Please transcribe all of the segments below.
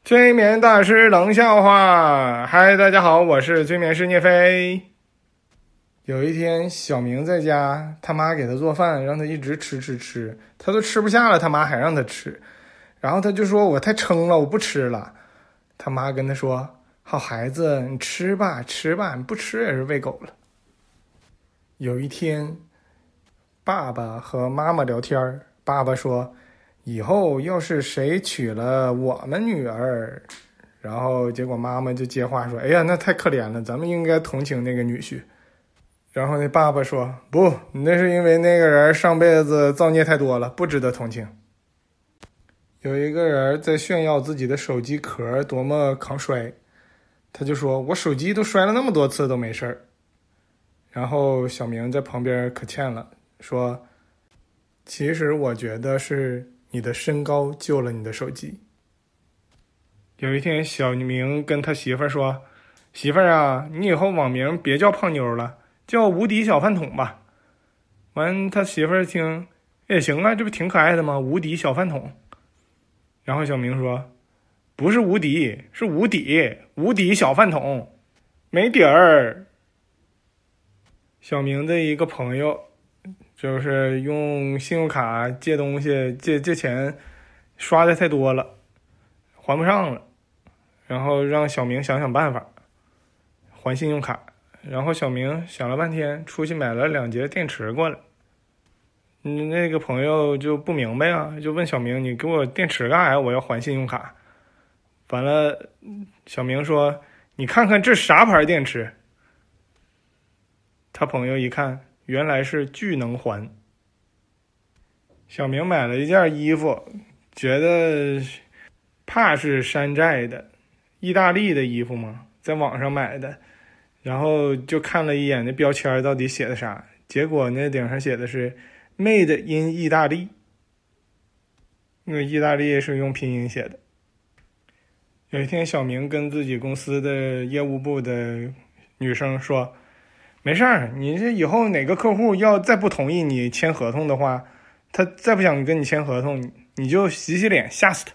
催眠大师冷笑话，嗨，大家好，我是催眠师聂飞。有一天，小明在家，他妈给他做饭，让他一直吃，他都吃不下了，他妈还让他吃，然后他就说：“我太撑了，我不吃了。”他妈跟他说：“好孩子，你吃吧，你不吃也是喂狗了。”有一天，爸爸和妈妈聊天，爸爸说：“以后要是谁娶了我们女儿。”然后结果妈妈就接话说：“哎呀，那太可怜了，咱们应该同情那个女婿。”然后那爸爸说：“不，那是因为那个人上辈子造孽太多了，不值得同情。”有一个人在炫耀自己的手机壳多么抗摔，他就说：“我手机都摔了那么多次都没事儿。”然后小明在旁边可欠了，说：“其实我觉得是你的身高救了你的手机。”有一天，小明跟他媳妇儿说：“媳妇儿啊，你以后网名别叫胖妞了，叫无敌小饭桶吧。”完，他媳妇儿听也行啊，这不挺可爱的吗？无敌小饭桶。然后小明说：“不是无敌，是无底，无底小饭桶，没底儿。”小明的一个朋友就是用信用卡借东西借钱刷的太多了，还不上了，然后让小明想想办法还信用卡。然后小明想了半天，出去买了2节电池过来。那个朋友就不明白啊，就问小明：“你给我电池干啥呀？我要还信用卡。”完了，小明说：“你看看这啥牌电池？”他朋友一看，原来是巨能还。小明买了一件衣服，觉得怕是山寨的，意大利的衣服嘛，在网上买的，然后就看了一眼那标签到底写的啥，结果那顶上写的是 Made in 意大利，那个意大利是用拼音写的。有一天，小明跟自己公司的业务部的女生说：“没事儿，你这以后哪个客户要再不同意你签合同的话，他再不想跟你签合同，你就洗脸，吓死他。”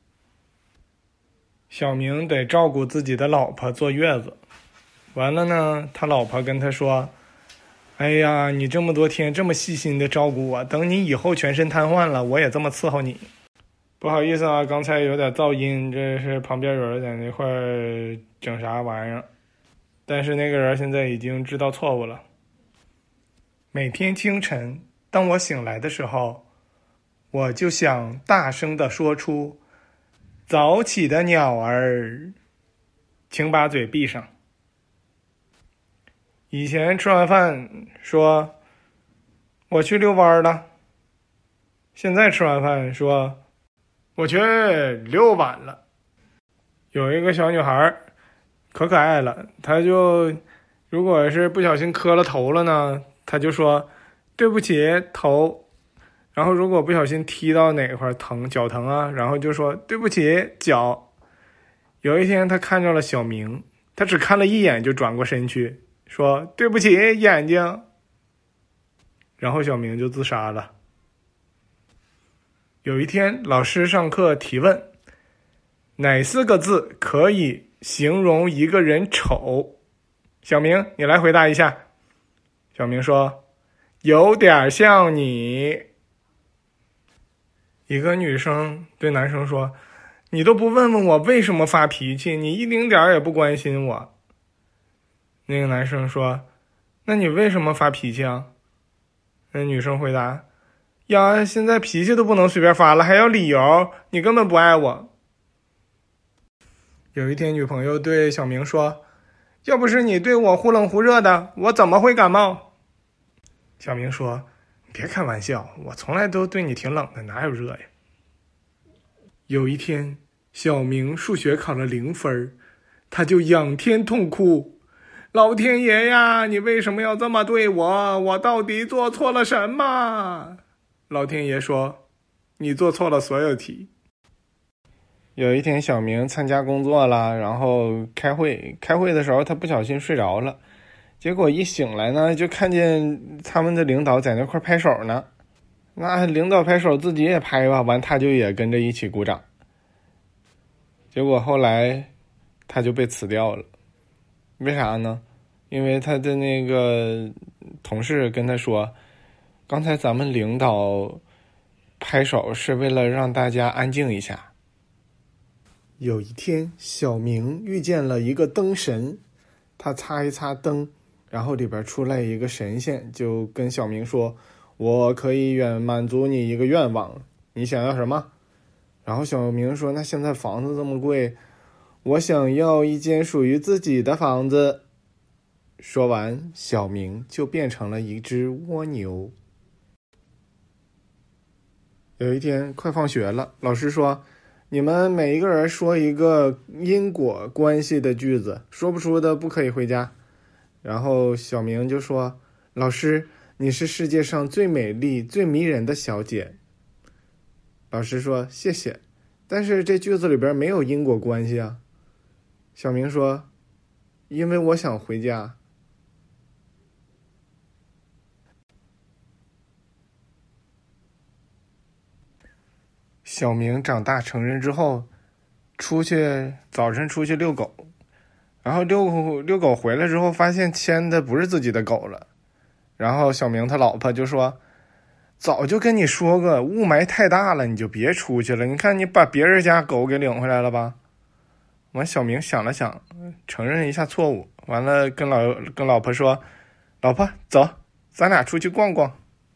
小明得照顾自己的老婆坐月子，完了呢，他老婆跟他说：“哎呀，你这么多天这么细心的照顾我，等你以后全身瘫痪了，我也这么伺候你。”不好意思啊，刚才有点噪音，这是旁边有人在那块整啥玩意儿。但是那个人现在已经知道错误了。每天清晨，当我醒来的时候，我就想大声地说出：“早起的鸟儿，请把嘴闭上。”以前吃完饭说：“我去遛弯了。”现在吃完饭说：“我去遛晚了。”有一个小女孩可可爱了，她就如果是不小心磕了头了呢，她就说：“对不起头。”然后如果不小心踢到哪块疼，脚疼啊，然后就说：“对不起脚。”有一天她看着了小明，她只看了一眼就转过身去说：“对不起眼睛。”然后小明就自杀了。有一天，老师上课提问：“哪4个字可以形容一个人丑？”小明，你来回答一下。小明说：“有点像你。”一个女生对男生说：“你都不问问我为什么发脾气，你一丁点儿也不关心我。”那个男生说：“那你为什么发脾气啊？”那女生回答：“呀，现在脾气都不能随便发了，还要理由，你根本不爱我。”有一天，女朋友对小明说：“要不是你对我忽冷忽热的，我怎么会感冒？”小明说：“别开玩笑，我从来都对你挺冷的，哪有热呀？”有一天，小明数学考了0分，他就仰天痛哭：“老天爷呀，你为什么要这么对我？我到底做错了什么？”老天爷说：“你做错了所有题。”有一天，小明参加工作了，然后开会的时候，他不小心睡着了，结果一醒来呢，就看见他们的领导在那块拍手呢。那领导拍手，自己也拍吧，完他就也跟着一起鼓掌。 结果后来他就被辞掉了。为啥呢？因为他的那个同事跟他说，刚才咱们领导拍手是为了让大家安静一下。有一天，小明遇见了一个灯神，他擦一擦灯，然后里边出来一个神仙，就跟小明说，我可以满足你一个愿望，你想要什么？然后小明说，那现在房子这么贵，我想要一间属于自己的房子。说完，小明就变成了一只蜗牛。有一天快放学了，老师说，你们每一个人说一个因果关系的句子，说不出的不可以回家。然后小明就说，老师，你是世界上最美丽最迷人的小姐。老师说，谢谢，但是这句子里边没有因果关系啊。小明说，因为我想回家。小明长大成人之后，早晨出去遛狗，然后遛狗回来之后，发现牵的不是自己的狗了。然后小明他老婆就说，早就跟你说过，雾霾太大了，你就别出去了，你看你把别人家狗给领回来了吧。完，小明想了想，承认一下错误，完了跟老婆说，老婆走，咱俩出去逛逛。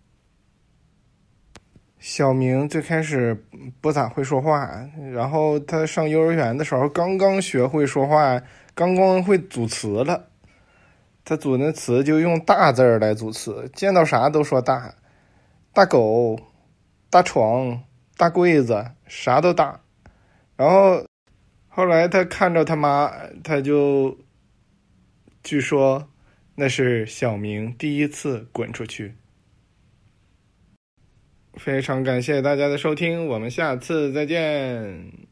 小明最开始不咋会说话，然后他上幼儿园的时候刚刚学会说话，刚刚会组词了。他组那词就用大字来组词，见到啥都说大，大狗、大床、大柜子，啥都大。然后后来他看着他妈，他就据说那是小明第一次滚出去。非常感谢大家的收听，我们下次再见。